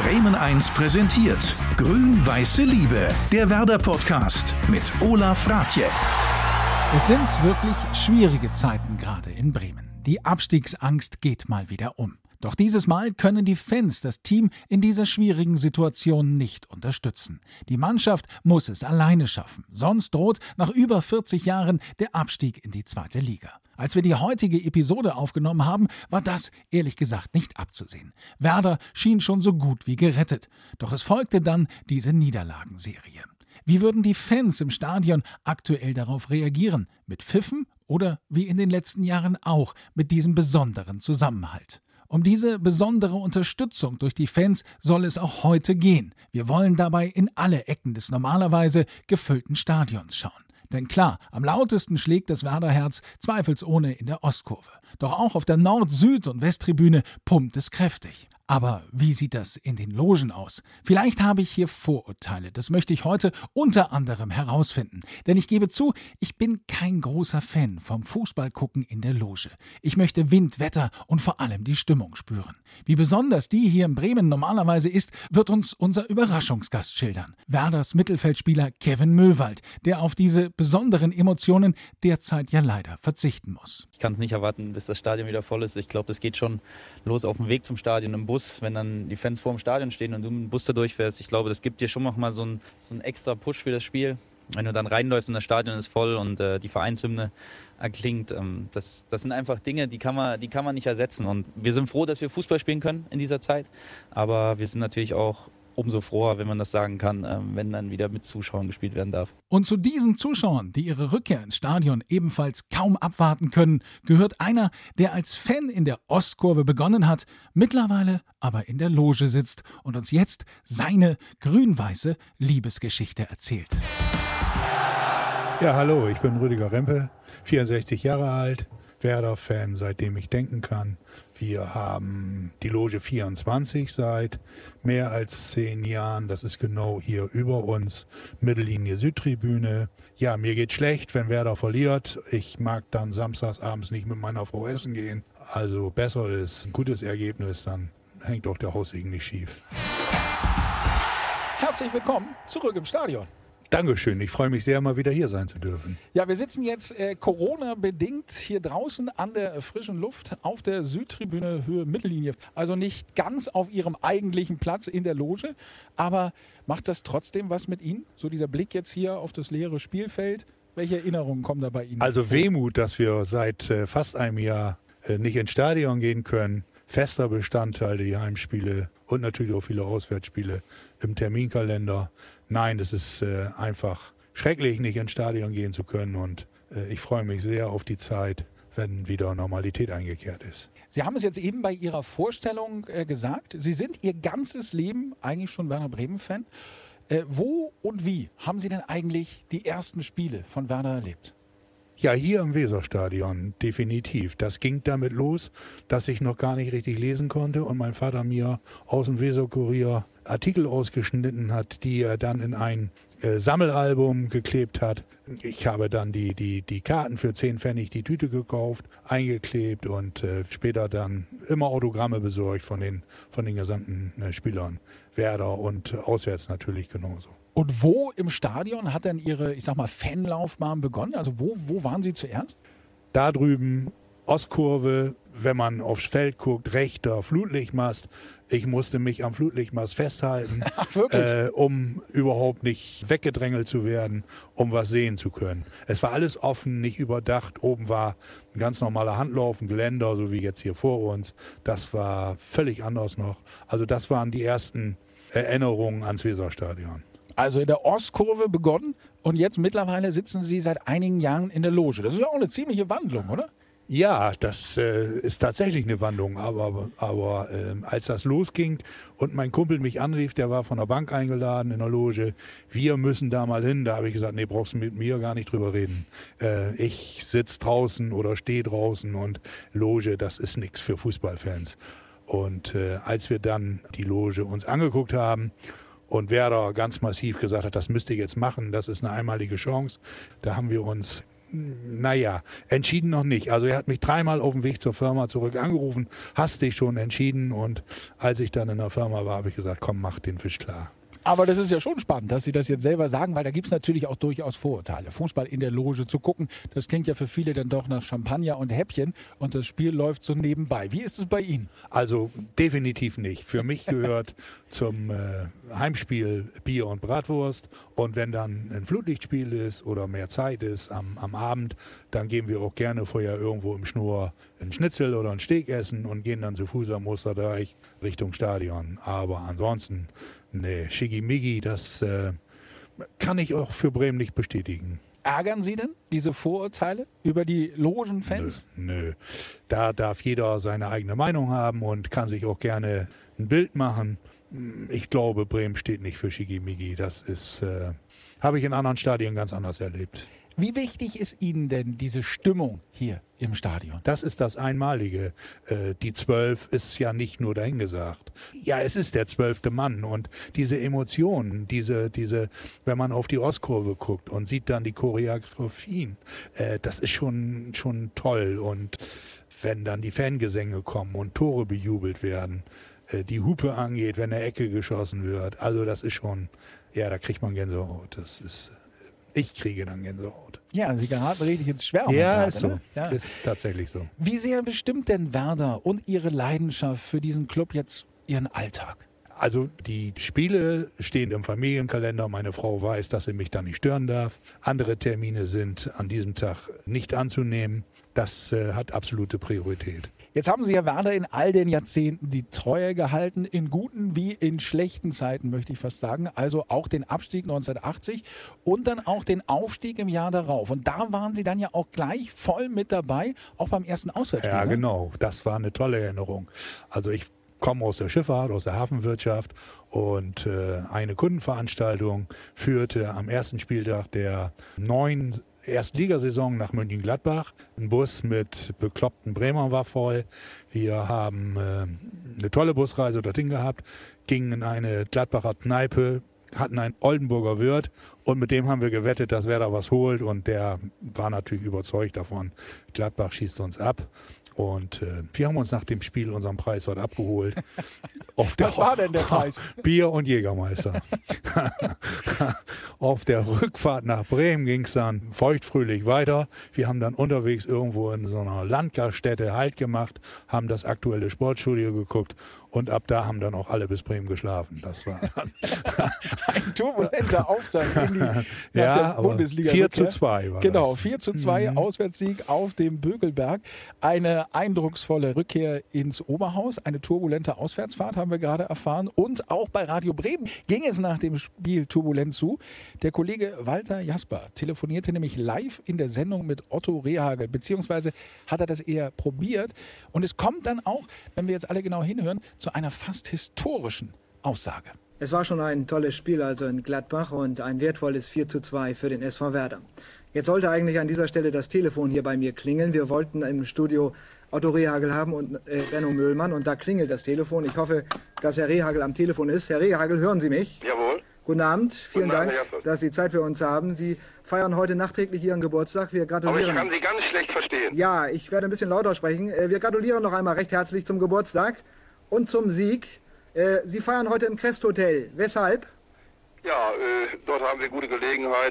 Bremen 1 präsentiert Grün-Weiße Liebe, der Werder-Podcast mit Olaf Rathje. Es sind wirklich schwierige Zeiten gerade in Bremen. Die Abstiegsangst geht mal wieder um. Doch dieses Mal können die Fans das Team in dieser schwierigen Situation nicht unterstützen. Die Mannschaft muss es alleine schaffen. Sonst droht nach über 40 Jahren der Abstieg in die zweite Liga. Als wir die heutige Episode aufgenommen haben, war das ehrlich gesagt nicht abzusehen. Werder schien schon so gut wie gerettet. Doch es folgte dann diese Niederlagenserie. Wie würden die Fans im Stadion aktuell darauf reagieren? Mit Pfiffen oder wie in den letzten Jahren auch mit diesem besonderen Zusammenhalt? Um diese besondere Unterstützung durch die Fans soll es auch heute gehen. Wir wollen dabei in alle Ecken des normalerweise gefüllten Stadions schauen. Denn klar, am lautesten schlägt das Werderherz zweifelsohne in der Ostkurve. Doch auch auf der Nord-, Süd- und Westtribüne pumpt es kräftig. Aber wie sieht das in den Logen aus? Vielleicht habe ich hier Vorurteile. Das möchte ich heute unter anderem herausfinden. Denn ich gebe zu, ich bin kein großer Fan vom Fußballgucken in der Loge. Ich möchte Wind, Wetter und vor allem die Stimmung spüren. Wie besonders die hier in Bremen normalerweise ist, wird uns unser Überraschungsgast schildern. Werders Mittelfeldspieler Kevin Möwald, der auf diese besonderen Emotionen derzeit ja leider verzichten muss. Ich kann es nicht erwarten, bis das Stadion wieder voll ist. Ich glaube, das geht schon los auf dem Weg zum Stadion im Bus, wenn dann die Fans vor dem Stadion stehen und du mit dem Bus da durchfährst. Ich glaube, das gibt dir schon noch mal so einen extra Push für das Spiel. Wenn du dann reinläufst und das Stadion ist voll und die Vereinshymne erklingt, das sind einfach Dinge, die kann man nicht ersetzen. Und wir sind froh, dass wir Fußball spielen können in dieser Zeit. Aber wir sind natürlich auch umso froher, wenn man das sagen kann, wenn dann wieder mit Zuschauern gespielt werden darf. Und zu diesen Zuschauern, die ihre Rückkehr ins Stadion ebenfalls kaum abwarten können, gehört einer, der als Fan in der Ostkurve begonnen hat, mittlerweile aber in der Loge sitzt und uns jetzt seine grün-weiße Liebesgeschichte erzählt. Ja, hallo, ich bin Rüdiger Rempe, 64 Jahre alt, Werder-Fan, seitdem ich denken kann. Wir haben die Loge 24 seit mehr als 10 Jahren. Das ist genau hier über uns, Mittellinie Südtribüne. Ja, mir geht schlecht, wenn Werder verliert. Ich mag dann samstags abends nicht mit meiner Frau essen gehen. Also besser ist ein gutes Ergebnis, dann hängt auch der Haussegen nicht schief. Herzlich willkommen zurück im Stadion. Dankeschön, ich freue mich sehr, mal wieder hier sein zu dürfen. Ja, wir sitzen jetzt Corona-bedingt hier draußen an der frischen Luft auf der Südtribüne Höhe Mittellinie. Also nicht ganz auf Ihrem eigentlichen Platz in der Loge, aber macht das trotzdem was mit Ihnen? So dieser Blick jetzt hier auf das leere Spielfeld. Welche Erinnerungen kommen da bei Ihnen? Also Wehmut, dass wir seit fast einem Jahr nicht ins Stadion gehen können. Fester Bestandteil, die Heimspiele und natürlich auch viele Auswärtsspiele im Terminkalender. Nein, es ist einfach schrecklich, nicht ins Stadion gehen zu können und ich freue mich sehr auf die Zeit, wenn wieder Normalität eingekehrt ist. Sie haben es jetzt eben bei Ihrer Vorstellung gesagt, Sie sind Ihr ganzes Leben eigentlich schon Werder Bremen-Fan. Wo und wie haben Sie denn eigentlich die ersten Spiele von Werder erlebt? Ja, hier im Weserstadion, definitiv. Das ging damit los, dass ich noch gar nicht richtig lesen konnte und mein Vater mir aus dem Weserkurier Artikel ausgeschnitten hat, die er dann in ein Sammelalbum geklebt hat. Ich habe dann die Karten für 10 Pfennig die Tüte gekauft, eingeklebt und später dann immer Autogramme besorgt von den gesamten Spielern. Werder und auswärts natürlich genauso. Und wo im Stadion hat denn Ihre, ich sag mal, Fanlaufbahn begonnen? Also wo waren Sie zuerst? Da drüben, Ostkurve, wenn man aufs Feld guckt, rechter Flutlichtmast. Ich musste mich am Flutlichtmast festhalten, um überhaupt nicht weggedrängelt zu werden, um was sehen zu können. Es war alles offen, nicht überdacht. Oben war ein ganz normaler Handlauf, ein Geländer, so wie jetzt hier vor uns. Das war völlig anders noch. Also das waren die ersten Erinnerungen ans Weserstadion. Also in der Ostkurve begonnen und jetzt mittlerweile sitzen Sie seit einigen Jahren in der Loge. Das ist ja auch eine ziemliche Wandlung, oder? Ja, das ist tatsächlich eine Wandlung, aber als das losging und mein Kumpel mich anrief, der war von der Bank eingeladen in der Loge, wir müssen da mal hin, da habe ich gesagt, nee, brauchst du mit mir gar nicht drüber reden. Ich sitze draußen oder stehe draußen und Loge, das ist nichts für Fußballfans. Und als wir dann die Loge uns angeguckt haben und Werder ganz massiv gesagt hat, das müsst ihr jetzt machen, das ist eine einmalige Chance, da haben wir uns naja, entschieden noch nicht. Also er hat mich 3-mal auf dem Weg zur Firma zurück angerufen, hast dich schon entschieden, und als ich dann in der Firma war, habe ich gesagt, komm, mach den Fisch klar. Aber das ist ja schon spannend, dass Sie das jetzt selber sagen, weil da gibt es natürlich auch durchaus Vorurteile. Fußball in der Loge zu gucken, das klingt ja für viele dann doch nach Champagner und Häppchen, und das Spiel läuft so nebenbei. Wie ist es bei Ihnen? Also definitiv nicht. Für mich gehört zum Heimspiel Bier und Bratwurst, und wenn dann ein Flutlichtspiel ist oder mehr Zeit ist am Abend, dann gehen wir auch gerne vorher irgendwo im Schnur ein Schnitzel oder ein Steak essen und gehen dann zu Fuß am Osterdeich Richtung Stadion. Aber ansonsten, nee, Schickimicki, das kann ich auch für Bremen nicht bestätigen. Ärgern Sie denn diese Vorurteile über die Logenfans? Nö. Da darf jeder seine eigene Meinung haben und kann sich auch gerne ein Bild machen. Ich glaube, Bremen steht nicht für Schickimicki. Das ist, habe ich in anderen Stadien ganz anders erlebt. Wie wichtig ist Ihnen denn diese Stimmung hier im Stadion? Das ist das Einmalige. Die 12 ist ja nicht nur dahingesagt. Ja, es ist der 12. Mann, und diese Emotionen, wenn man auf die Ostkurve guckt und sieht dann die Choreografien, das ist schon toll. Und wenn dann die Fangesänge kommen und Tore bejubelt werden, die Hupe angeht, wenn eine Ecke geschossen wird, also das ist schon, ja, da kriegt man Gänsehaut. Ich kriege dann Gänsehaut. Ja, Sie geraten richtig ins Schwärmen. Ja, gerade, ist so. Ne? Ja. Ist tatsächlich so. Wie sehr bestimmt denn Werder und Ihre Leidenschaft für diesen Club jetzt Ihren Alltag? Also die Spiele stehen im Familienkalender. Meine Frau weiß, dass sie mich da nicht stören darf. Andere Termine sind an diesem Tag nicht anzunehmen. Das hat absolute Priorität. Jetzt haben Sie ja Werder in all den Jahrzehnten die Treue gehalten, in guten wie in schlechten Zeiten, möchte ich fast sagen. Also auch den Abstieg 1980 und dann auch den Aufstieg im Jahr darauf. Und da waren Sie dann ja auch gleich voll mit dabei, auch beim ersten Auswärtsspiel. Ja, genau. Das war eine tolle Erinnerung. Also ich komme aus der Schifffahrt, aus der Hafenwirtschaft, und eine Kundenveranstaltung führte am ersten Spieltag der neuen Erstligasaison nach Mönchengladbach. Ein Bus mit bekloppten Bremern war voll. Wir haben eine tolle Busreise dorthin gehabt, gingen in eine Gladbacher Kneipe, hatten einen Oldenburger Wirt, und mit dem haben wir gewettet, dass wer da was holt, und der war natürlich überzeugt davon, Gladbach schießt uns ab. Und wir haben uns nach dem Spiel unseren Preis dort abgeholt. Was war denn der Preis? Bier und Jägermeister. Auf der Rückfahrt nach Bremen ging es dann feuchtfröhlich weiter. Wir haben dann unterwegs irgendwo in so einer Landgaststätte Halt gemacht, haben das aktuelle Sportstudio geguckt, und ab da haben dann auch alle bis Bremen geschlafen. Das war ein turbulenter Auftakt in nach der Bundesliga. 4:2 war genau, das. 4:2 Auswärtssieg auf dem Bögelberg. Eine eindrucksvolle Rückkehr ins Oberhaus, eine turbulente Auswärtsfahrt haben wir gerade erfahren. Und auch bei Radio Bremen ging es nach dem Spiel turbulent zu. Der Kollege Walter Jasper telefonierte nämlich live in der Sendung mit Otto Rehhagel, beziehungsweise hat er das eher probiert. Und es kommt dann auch, wenn wir jetzt alle genau hinhören, zu einer fast historischen Aussage. Es war schon ein tolles Spiel also in Gladbach und ein wertvolles 4:2 für den SV Werder. Jetzt sollte eigentlich an dieser Stelle das Telefon hier bei mir klingeln. Wir wollten im Studio Otto Rehhagel haben und Benno Möhlmann, und da klingelt das Telefon. Ich hoffe, dass Herr Rehhagel am Telefon ist. Herr Rehhagel, hören Sie mich? Jawohl. Guten Abend, vielen Guten Abend, Dank, dass Sie Zeit für uns haben. Sie feiern heute nachträglich Ihren Geburtstag. Wir gratulieren. Aber ich kann Sie ganz schlecht verstehen. Ja, ich werde ein bisschen lauter sprechen. Wir gratulieren noch einmal recht herzlich zum Geburtstag und zum Sieg. Sie feiern heute im Crest Hotel. Weshalb? Ja, dort haben wir gute Gelegenheit,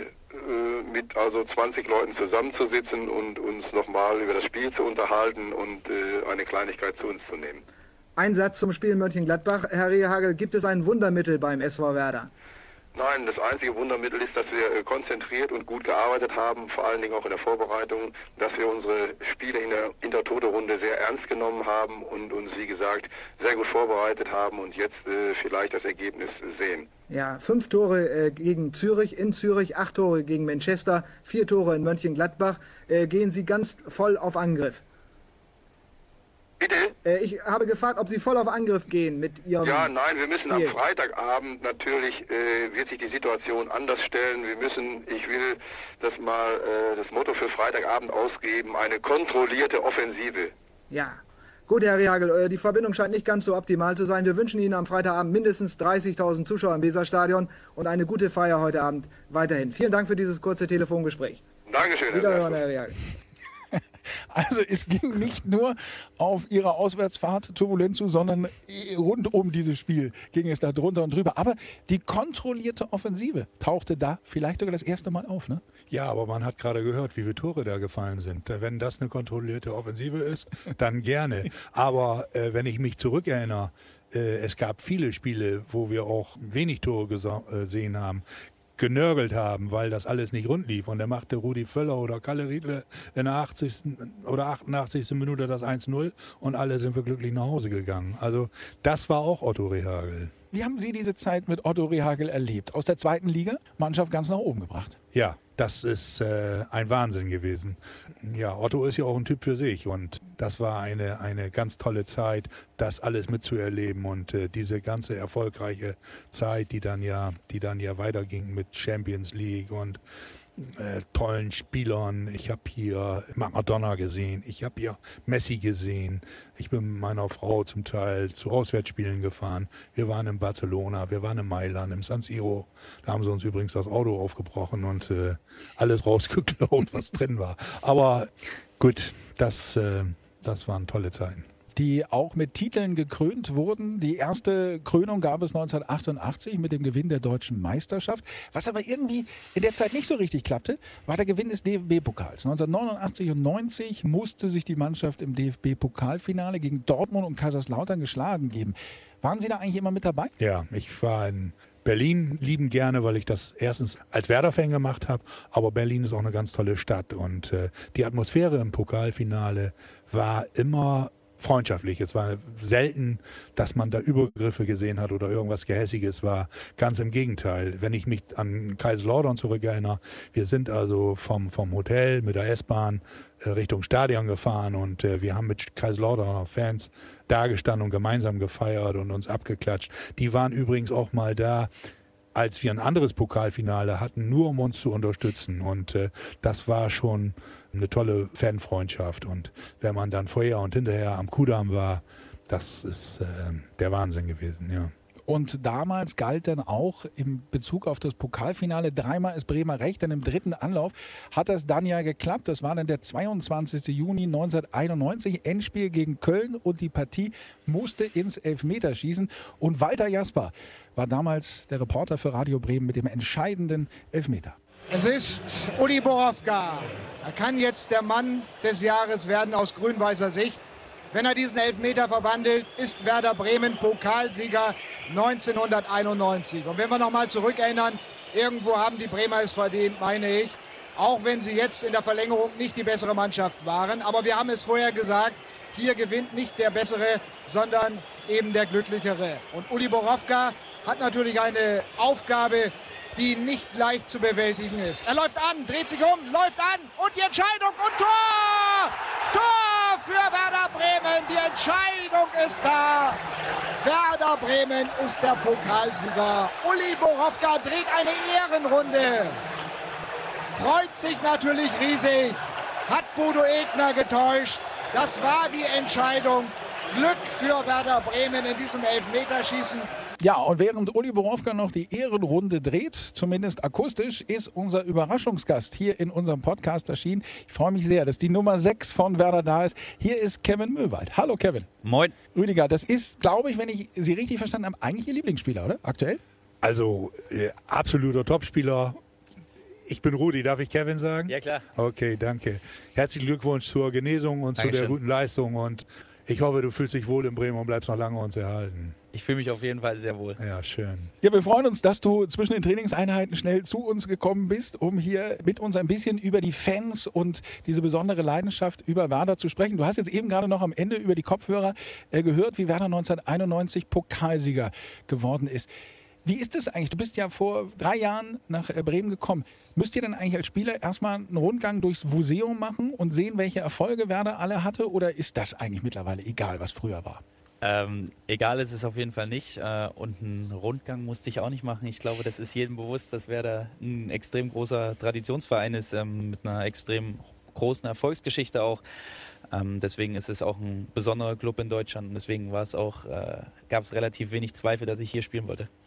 mit also 20 Leuten zusammenzusitzen und uns nochmal über das Spiel zu unterhalten und eine Kleinigkeit zu uns zu nehmen. Ein Satz zum Spiel Mönchengladbach. Herr Rehhagel, gibt es ein Wundermittel beim SV Werder? Nein, das einzige Wundermittel ist, dass wir konzentriert und gut gearbeitet haben, vor allen Dingen auch in der Vorbereitung, dass wir unsere Spiele in der Intertoto-Runde sehr ernst genommen haben und uns, wie gesagt, sehr gut vorbereitet haben und jetzt vielleicht das Ergebnis sehen. Ja, 5 Tore gegen Zürich, in Zürich, 8 Tore gegen Manchester, 4 Tore in Mönchengladbach. Gehen Sie ganz voll auf Angriff? Bitte? Ich habe gefragt, ob Sie voll auf Angriff gehen mit Ihrem Ja, nein, wir müssen Spiel. am Freitagabend natürlich, wird sich die Situation anders stellen. Ich will das mal, das Motto für Freitagabend ausgeben, eine kontrollierte Offensive. Ja. Gut, Herr Rehhagel, die Verbindung scheint nicht ganz so optimal zu sein. Wir wünschen Ihnen am Freitagabend mindestens 30.000 Zuschauer im Weserstadion und eine gute Feier heute Abend weiterhin. Vielen Dank für dieses kurze Telefongespräch. Dankeschön, Herr Wiederhören, Berthold. Herr Reagel. Also es ging nicht nur auf ihrer Auswärtsfahrt turbulent zu, sondern rund um dieses Spiel ging es da drunter und drüber. Aber die kontrollierte Offensive tauchte da vielleicht sogar das erste Mal auf, ne? Ja, aber man hat gerade gehört, wie viele Tore da gefallen sind. Wenn das eine kontrollierte Offensive ist, dann gerne. Aber wenn ich mich zurückerinnere, es gab viele Spiele, wo wir auch wenig Tore gesehen haben, genörgelt haben, weil das alles nicht rund lief. Und da machte Rudi Völler oder Kalle Riedle in der 80. oder 88. Minute das 1-0 und alle sind wir glücklich nach Hause gegangen. Also das war auch Otto Rehhagel. Wie haben Sie diese Zeit mit Otto Rehhagel erlebt? Aus der zweiten Liga, Mannschaft ganz nach oben gebracht. Ja, das ist ein Wahnsinn gewesen. Ja, Otto ist ja auch ein Typ für sich und das war eine ganz tolle Zeit, das alles mitzuerleben und diese ganze erfolgreiche Zeit, die dann ja weiterging mit Champions League und tollen Spielern. Ich habe hier Maradona gesehen, ich habe hier Messi gesehen. Ich bin mit meiner Frau zum Teil zu Auswärtsspielen gefahren. Wir waren in Barcelona, wir waren in Mailand, im San Siro. Da haben sie uns übrigens das Auto aufgebrochen und alles rausgeklaut, was drin war. Aber gut, das waren tolle Zeiten. Die auch mit Titeln gekrönt wurden. Die erste Krönung gab es 1988 mit dem Gewinn der deutschen Meisterschaft. Was aber irgendwie in der Zeit nicht so richtig klappte, war der Gewinn des DFB-Pokals. 1989 und 90 musste sich die Mannschaft im DFB-Pokalfinale gegen Dortmund und Kaiserslautern geschlagen geben. Waren Sie da eigentlich immer mit dabei? Ja, ich war in Berlin lieben gerne, weil ich das erstens als Werder-Fan gemacht habe, aber Berlin ist auch eine ganz tolle Stadt und die Atmosphäre im Pokalfinale war immer freundschaftlich. Es war selten, dass man da Übergriffe gesehen hat oder irgendwas Gehässiges war. Ganz im Gegenteil. Wenn ich mich an Kaiserslautern zurückerinnere, wir sind also vom Hotel mit der S-Bahn Richtung Stadion gefahren und wir haben mit Kaiserslauterner Fans da gestanden und gemeinsam gefeiert und uns abgeklatscht. Die waren übrigens auch mal da, als wir ein anderes Pokalfinale hatten, nur um uns zu unterstützen. Und das war schon eine tolle Fanfreundschaft. Und wenn man dann vorher und hinterher am Kudamm war, das ist der Wahnsinn gewesen, ja. Und damals galt dann auch im Bezug auf das Pokalfinale, dreimal ist Bremer recht, denn im dritten Anlauf hat das dann ja geklappt. Das war dann der 22. Juni 1991, Endspiel gegen Köln und die Partie musste ins Elfmeterschießen. Und Walter Jasper war damals der Reporter für Radio Bremen mit dem entscheidenden Elfmeter. Es ist Uli Borowka. Er kann jetzt der Mann des Jahres werden aus grün-weißer Sicht. Wenn er diesen Elfmeter verwandelt, ist Werder Bremen Pokalsieger 1991. Und wenn wir nochmal zurückerinnern, irgendwo haben die Bremer es verdient, meine ich. Auch wenn sie jetzt in der Verlängerung nicht die bessere Mannschaft waren. Aber wir haben es vorher gesagt, hier gewinnt nicht der Bessere, sondern eben der Glücklichere. Und Uli Borowka hat natürlich eine Aufgabe, die nicht leicht zu bewältigen ist. Er läuft an, dreht sich um, läuft an und die Entscheidung und Tor! Tor für Werder Bremen, die Entscheidung ist da. Werder Bremen ist der Pokalsieger. Uli Borowka dreht eine Ehrenrunde. Freut sich natürlich riesig. Hat Bodo Egner getäuscht. Das war die Entscheidung. Glück für Werder Bremen in diesem Elfmeterschießen. Ja, und während Uli Borowka noch die Ehrenrunde dreht, zumindest akustisch, ist unser Überraschungsgast hier in unserem Podcast erschienen. Ich freue mich sehr, dass die Nummer 6 von Werder da ist. Hier ist Kevin Möwald. Hallo Kevin. Moin. Rüdiger, das ist, glaube ich, wenn ich Sie richtig verstanden habe, eigentlich Ihr Lieblingsspieler, oder? Aktuell? Also absoluter Topspieler. Ich bin Rudi, darf ich Kevin sagen? Ja, klar. Okay, danke. Herzlichen Glückwunsch zur Genesung und zu der guten Leistung und ich hoffe, du fühlst dich wohl in Bremen und bleibst noch lange uns erhalten. Ich fühle mich auf jeden Fall sehr wohl. Ja, schön. Ja, wir freuen uns, dass du zwischen den Trainingseinheiten schnell zu uns gekommen bist, um hier mit uns ein bisschen über die Fans und diese besondere Leidenschaft über Werder zu sprechen. Du hast jetzt eben gerade noch am Ende über die Kopfhörer gehört, wie Werder 1991 Pokalsieger geworden ist. Wie ist es eigentlich? Du bist ja vor 3 Jahren nach Bremen gekommen. Müsst ihr dann eigentlich als Spieler erstmal einen Rundgang durchs Museum machen und sehen, welche Erfolge Werder alle hatte? Oder ist das eigentlich mittlerweile egal, was früher war? Egal ist es auf jeden Fall nicht. Und einen Rundgang musste ich auch nicht machen. Ich glaube, das ist jedem bewusst, dass Werder ein extrem großer Traditionsverein ist, mit einer extrem großen Erfolgsgeschichte auch. Deswegen ist es auch ein besonderer Club in Deutschland. Und deswegen war es auch, gab es relativ wenig Zweifel, dass ich hier spielen wollte.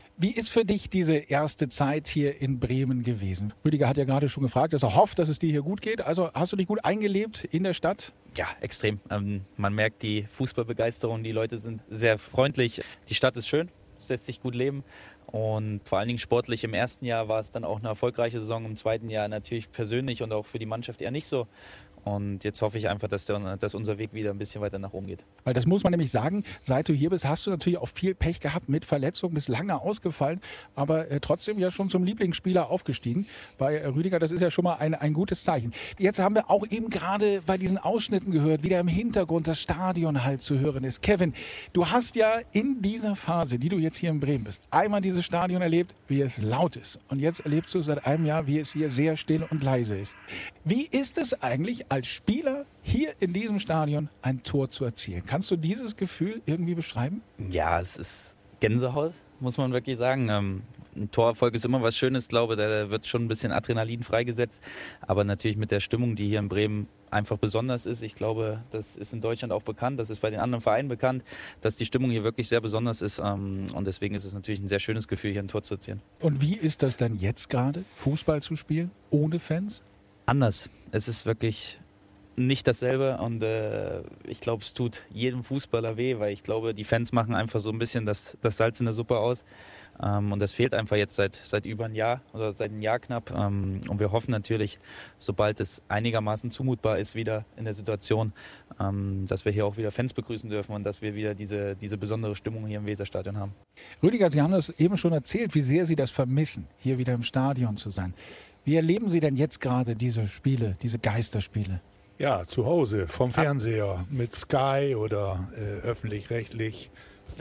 Wie ist für dich diese erste Zeit hier in Bremen gewesen? Rüdiger hat ja gerade schon gefragt, dass er hofft, dass es dir hier gut geht. Also hast du dich gut eingelebt in der Stadt? Ja, extrem. Man merkt die Fußballbegeisterung, die Leute sind sehr freundlich. Die Stadt ist schön, es lässt sich gut leben. Und vor allen Dingen sportlich im ersten Jahr war es dann auch eine erfolgreiche Saison, im zweiten Jahr natürlich persönlich und auch für die Mannschaft eher nicht so. Und jetzt hoffe ich einfach, dass unser Weg wieder ein bisschen weiter nach oben geht. Weil das muss man nämlich sagen, seit du hier bist, hast du natürlich auch viel Pech gehabt mit Verletzungen, bist lange ausgefallen, aber trotzdem ja schon zum Lieblingsspieler aufgestiegen. Bei Rüdiger, das ist ja schon mal ein gutes Zeichen. Jetzt haben wir auch eben gerade bei diesen Ausschnitten gehört, wie da im Hintergrund das Stadion halt zu hören ist. Kevin, du hast ja in dieser Phase, die du jetzt hier in Bremen bist, einmal dieses Stadion erlebt, wie es laut ist. Und jetzt erlebst du seit einem Jahr, wie es hier sehr still und leise ist. Wie ist es eigentlich, als Spieler hier in diesem Stadion ein Tor zu erzielen? Kannst du dieses Gefühl irgendwie beschreiben? Ja, es ist Gänsehaut, muss man wirklich sagen. Ein Torerfolg ist immer was Schönes, glaube ich. Da wird schon ein bisschen Adrenalin freigesetzt. Aber natürlich mit der Stimmung, die hier in Bremen einfach besonders ist. Ich glaube, das ist in Deutschland auch bekannt, das ist bei den anderen Vereinen bekannt, dass die Stimmung hier wirklich sehr besonders ist. Und deswegen ist es natürlich ein sehr schönes Gefühl, hier ein Tor zu erzielen. Und wie ist das dann jetzt gerade, Fußball zu spielen, ohne Fans? Anders. Es ist wirklich nicht dasselbe und ich glaube, es tut jedem Fußballer weh, weil ich glaube, die Fans machen einfach so ein bisschen das Salz in der Suppe aus und das fehlt einfach jetzt seit über ein Jahr oder seit einem Jahr knapp und wir hoffen natürlich, sobald es einigermaßen zumutbar ist wieder in der Situation, dass wir hier auch wieder Fans begrüßen dürfen und dass wir wieder diese besondere Stimmung hier im Weserstadion haben. Rüdiger, Sie haben das eben schon erzählt, wie sehr Sie das vermissen, hier wieder im Stadion zu sein. Wie erleben Sie denn jetzt gerade diese Spiele, diese Geisterspiele? Ja, zu Hause, vom Fernseher, mit Sky oder öffentlich-rechtlich,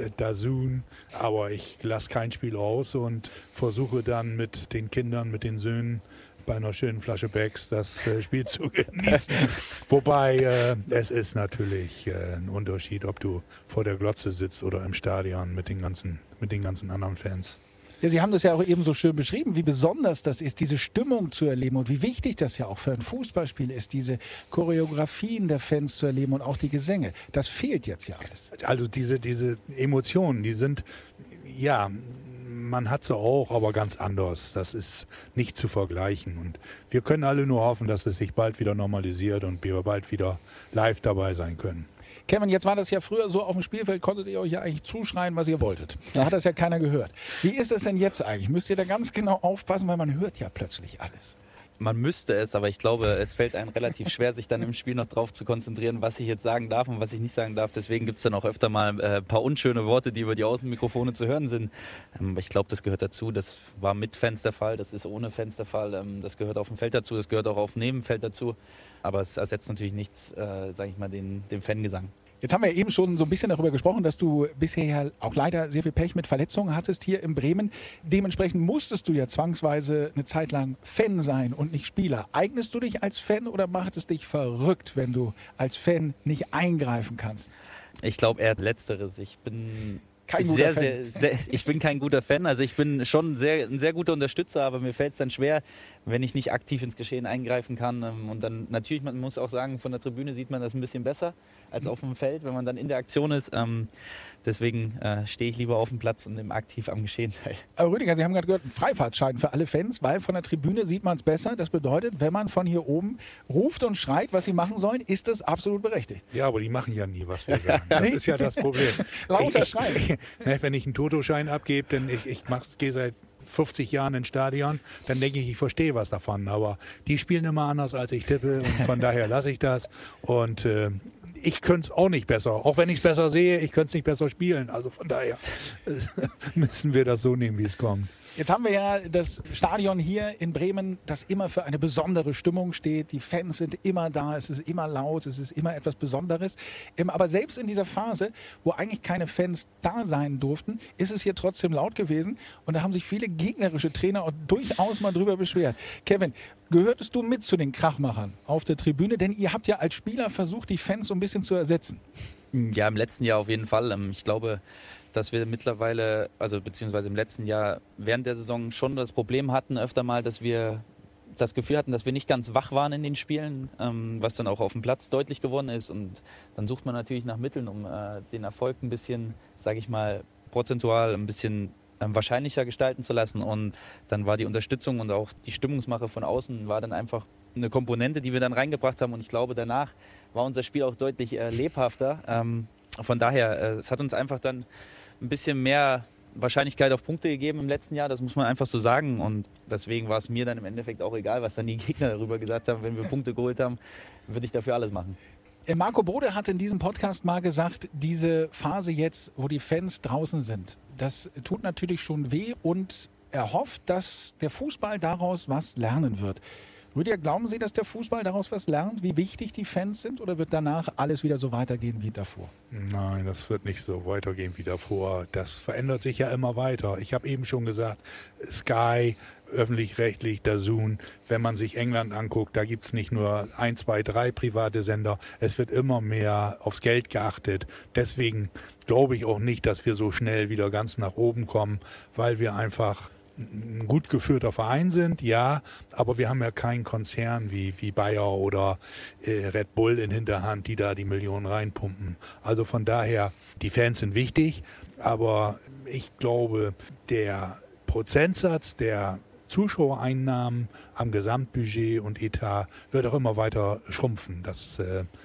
DAZN. Aber ich lasse kein Spiel aus und versuche dann mit den Kindern, mit den Söhnen bei einer schönen Flasche Becks das Spiel zu genießen. Wobei es ist natürlich ein Unterschied, ob du vor der Glotze sitzt oder im Stadion mit den ganzen anderen Fans. Ja, Sie haben das ja auch eben so schön beschrieben, wie besonders das ist, diese Stimmung zu erleben und wie wichtig das ja auch für ein Fußballspiel ist, diese Choreografien der Fans zu erleben und auch die Gesänge. Das fehlt jetzt ja alles. Also diese Emotionen, die sind, ja, man hat sie auch, aber ganz anders. Das ist nicht zu vergleichen. Und wir können alle nur hoffen, dass es sich bald wieder normalisiert und wir bald wieder live dabei sein können. Kevin, jetzt war das ja früher so, auf dem Spielfeld konntet ihr euch ja eigentlich zuschreien, was ihr wolltet. Da hat das ja keiner gehört. Wie ist es denn jetzt eigentlich? Müsst ihr da ganz genau aufpassen, weil man hört ja plötzlich alles. Man müsste es, aber ich glaube, es fällt einem relativ schwer, sich dann im Spiel noch drauf zu konzentrieren, was ich jetzt sagen darf und was ich nicht sagen darf. Deswegen gibt es dann auch öfter mal ein paar unschöne Worte, die über die Außenmikrofone zu hören sind. Ich glaube, das gehört dazu. Das war mit Fans der Fall, das ist ohne Fans der Fall. Das gehört auf dem Feld dazu, das gehört auch auf dem Nebenfeld dazu. Aber es ersetzt natürlich nichts, sage ich mal, den Fangesang. Jetzt haben wir eben schon so ein bisschen darüber gesprochen, dass du bisher ja auch leider sehr viel Pech mit Verletzungen hattest hier in Bremen. Dementsprechend musstest du ja zwangsweise eine Zeit lang Fan sein und nicht Spieler. Eignest du dich als Fan oder macht es dich verrückt, wenn du als Fan nicht eingreifen kannst? Ich glaube eher Letzteres. Ich bin Ich bin kein guter Fan. Also ich bin schon ein sehr guter Unterstützer, aber mir fällt es dann schwer, wenn ich nicht aktiv ins Geschehen eingreifen kann. Und dann natürlich, man muss auch sagen, von der Tribüne sieht man das ein bisschen besser als auf dem Feld, wenn man dann in der Aktion ist. Deswegen stehe ich lieber auf dem Platz und nehme aktiv am Geschehen teil. Aber Rüdiger, Sie haben gerade gehört, ein Freifahrtschein für alle Fans, weil von der Tribüne sieht man es besser. Das bedeutet, wenn man von hier oben ruft und schreit, was sie machen sollen, ist das absolut berechtigt. Ja, aber die machen ja nie, was wir sagen. Das ist ja das Problem. Lauter Schreien. Wenn ich einen Totoschein abgebe, denn ich gehe seit 50 Jahren ins Stadion, dann denke ich verstehe was davon. Aber die spielen immer anders, als ich tippe. Und von daher lasse ich das. Und ich könnte es auch nicht besser. Auch wenn ich es besser sehe, ich könnte es nicht besser spielen. Also von daher müssen wir das so nehmen, wie es kommt. Jetzt haben wir ja das Stadion hier in Bremen, das immer für eine besondere Stimmung steht. Die Fans sind immer da, es ist immer laut, es ist immer etwas Besonderes. Aber selbst in dieser Phase, wo eigentlich keine Fans da sein durften, ist es hier trotzdem laut gewesen. Und da haben sich viele gegnerische Trainer auch durchaus mal drüber beschwert. Kevin, gehörtest du mit zu den Krachmachern auf der Tribüne? Denn ihr habt ja als Spieler versucht, die Fans so ein bisschen zu ersetzen. Ja, im letzten Jahr auf jeden Fall. Ich glaube, dass wir mittlerweile, also beziehungsweise im letzten Jahr während der Saison schon das Problem hatten, öfter mal, dass wir das Gefühl hatten, dass wir nicht ganz wach waren in den Spielen, was dann auch auf dem Platz deutlich geworden ist. Und dann sucht man natürlich nach Mitteln, um den Erfolg ein bisschen, sage ich mal, prozentual ein bisschen wahrscheinlicher gestalten zu lassen. Und dann war die Unterstützung und auch die Stimmungsmache von außen war dann einfach eine Komponente, die wir dann reingebracht haben. Und ich glaube, danach war unser Spiel auch deutlich lebhafter. Von daher, es hat uns einfach dann ein bisschen mehr Wahrscheinlichkeit auf Punkte gegeben im letzten Jahr, das muss man einfach so sagen. Und deswegen war es mir dann im Endeffekt auch egal, was dann die Gegner darüber gesagt haben. Wenn wir Punkte geholt haben, würde ich dafür alles machen. Marco Bode hat in diesem Podcast mal gesagt, diese Phase jetzt, wo die Fans draußen sind, das tut natürlich schon weh und er hofft, dass der Fußball daraus was lernen wird. Rüdiger, glauben Sie, dass der Fußball daraus was lernt, wie wichtig die Fans sind, oder wird danach alles wieder so weitergehen wie davor? Nein, das wird nicht so weitergehen wie davor. Das verändert sich ja immer weiter. Ich habe eben schon gesagt, Sky, öffentlich-rechtlich, DAZN, wenn man sich England anguckt, da gibt es nicht nur 1, 2, 3 private Sender. Es wird immer mehr aufs Geld geachtet. Deswegen glaube ich auch nicht, dass wir so schnell wieder ganz nach oben kommen, weil wir einfach ein gut geführter Verein sind, ja, aber wir haben ja keinen Konzern wie Bayer oder Red Bull in Hinterhand, die da die Millionen reinpumpen. Also von daher, die Fans sind wichtig, aber ich glaube, der Prozentsatz der Zuschauereinnahmen am Gesamtbudget und Etat wird auch immer weiter schrumpfen. Das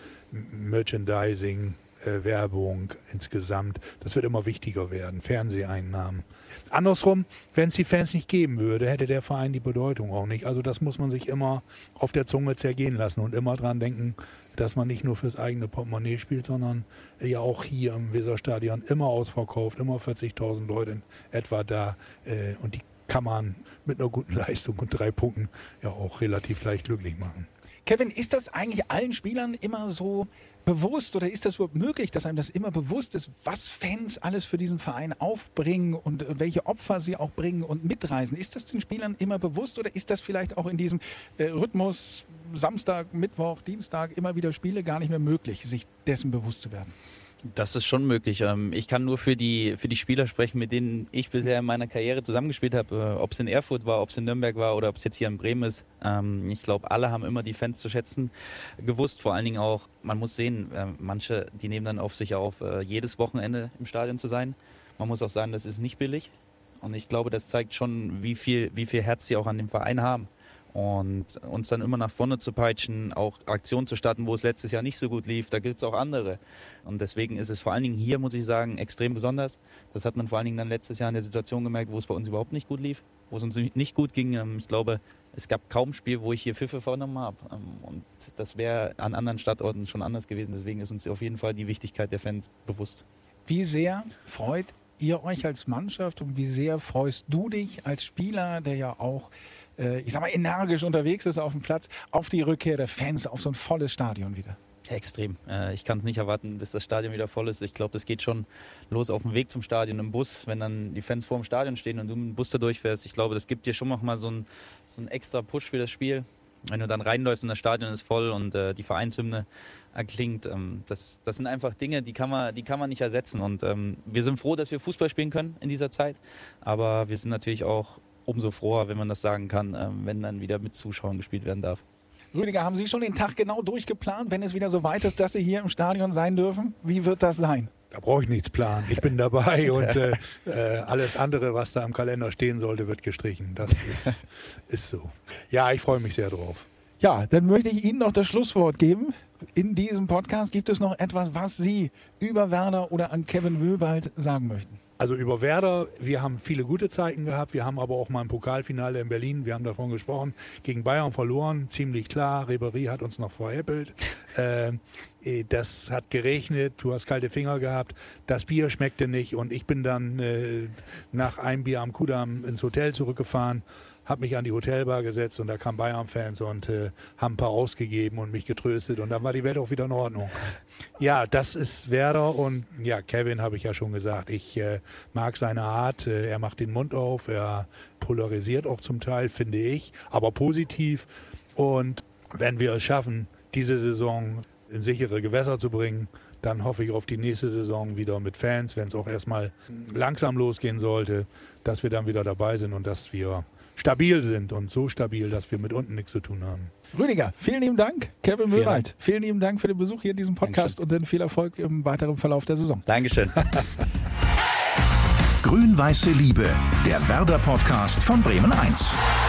Merchandising, Werbung insgesamt, das wird immer wichtiger werden, Fernseheinnahmen. Andersrum, wenn es die Fans nicht geben würde, hätte der Verein die Bedeutung auch nicht. Also das muss man sich immer auf der Zunge zergehen lassen und immer dran denken, dass man nicht nur fürs eigene Portemonnaie spielt, sondern ja auch hier im Weserstadion immer ausverkauft, immer 40.000 Leute in etwa da und die kann man mit einer guten Leistung und 3 Punkten ja auch relativ leicht glücklich machen. Kevin, ist das eigentlich allen Spielern immer so bewusst oder ist das überhaupt möglich, dass einem das immer bewusst ist, was Fans alles für diesen Verein aufbringen und welche Opfer sie auch bringen und mitreisen? Ist das den Spielern immer bewusst oder ist das vielleicht auch in diesem Rhythmus Samstag, Mittwoch, Dienstag immer wieder Spiele gar nicht mehr möglich, sich dessen bewusst zu werden? Das ist schon möglich. Ich kann nur für die Spieler sprechen, mit denen ich bisher in meiner Karriere zusammengespielt habe. Ob es in Erfurt war, ob es in Nürnberg war oder ob es jetzt hier in Bremen ist. Ich glaube, alle haben immer die Fans zu schätzen gewusst. Vor allen Dingen auch, man muss sehen, manche, die nehmen dann auf sich auf, jedes Wochenende im Stadion zu sein. Man muss auch sagen, das ist nicht billig. Und ich glaube, das zeigt schon, wie viel Herz sie auch an dem Verein haben. Und uns dann immer nach vorne zu peitschen, auch Aktionen zu starten, wo es letztes Jahr nicht so gut lief, da gibt es auch andere. Und deswegen ist es vor allen Dingen hier, muss ich sagen, extrem besonders. Das hat man vor allen Dingen dann letztes Jahr in der Situation gemerkt, wo es bei uns überhaupt nicht gut lief, wo es uns nicht gut ging. Ich glaube, es gab kaum ein Spiel, wo ich hier Pfiffe vernommen habe. Und das wäre an anderen Standorten schon anders gewesen. Deswegen ist uns auf jeden Fall die Wichtigkeit der Fans bewusst. Wie sehr freut ihr euch als Mannschaft und wie sehr freust du dich als Spieler, der ja auch ich sag mal, energisch unterwegs ist auf dem Platz, auf die Rückkehr der Fans, auf so ein volles Stadion wieder? Extrem. Ich kann es nicht erwarten, bis das Stadion wieder voll ist. Ich glaube, das geht schon los auf dem Weg zum Stadion im Bus, wenn dann die Fans vor dem Stadion stehen und du mit dem Bus da durchfährst. Ich glaube, das gibt dir schon noch mal so einen extra Push für das Spiel. Wenn du dann reinläufst und das Stadion ist voll und die Vereinshymne erklingt, das sind einfach Dinge, die kann man nicht ersetzen. Und wir sind froh, dass wir Fußball spielen können in dieser Zeit, aber wir sind natürlich auch umso froher, wenn man das sagen kann, wenn dann wieder mit Zuschauern gespielt werden darf. Rüdiger, haben Sie schon den Tag genau durchgeplant, wenn es wieder so weit ist, dass Sie hier im Stadion sein dürfen? Wie wird das sein? Da brauche ich nichts planen. Ich bin dabei und alles andere, was da im Kalender stehen sollte, wird gestrichen. Das ist so. Ja, ich freue mich sehr drauf. Ja, dann möchte ich Ihnen noch das Schlusswort geben. In diesem Podcast gibt es noch etwas, was Sie über Werder oder an Kevin Möwald sagen möchten. Also über Werder, wir haben viele gute Zeiten gehabt. Wir haben aber auch mal ein Pokalfinale in Berlin, wir haben davon gesprochen, gegen Bayern verloren. Ziemlich klar, Ribéry hat uns noch veräppelt. Das hat geregnet, du hast kalte Finger gehabt. Das Bier schmeckte nicht und ich bin dann nach einem Bier am Kudamm ins Hotel zurückgefahren. Habe mich an die Hotelbar gesetzt und da kamen Bayern-Fans und haben ein paar ausgegeben und mich getröstet und dann war die Welt auch wieder in Ordnung. Ja, das ist Werder und ja, Kevin habe ich ja schon gesagt, ich mag seine Art, er macht den Mund auf, er polarisiert auch zum Teil, finde ich, aber positiv und wenn wir es schaffen, diese Saison in sichere Gewässer zu bringen, dann hoffe ich auf die nächste Saison wieder mit Fans, wenn es auch erstmal langsam losgehen sollte, dass wir dann wieder dabei sind und dass wir stabil sind und so stabil, dass wir mit unten nichts zu tun haben. Rüdiger, vielen lieben Dank. Kevin Möwald, vielen lieben Dank für den Besuch hier in diesem Podcast. Dankeschön. Und dann viel Erfolg im weiteren Verlauf der Saison. Dankeschön. Grün-Weiße Liebe, der Werder-Podcast von Bremen 1.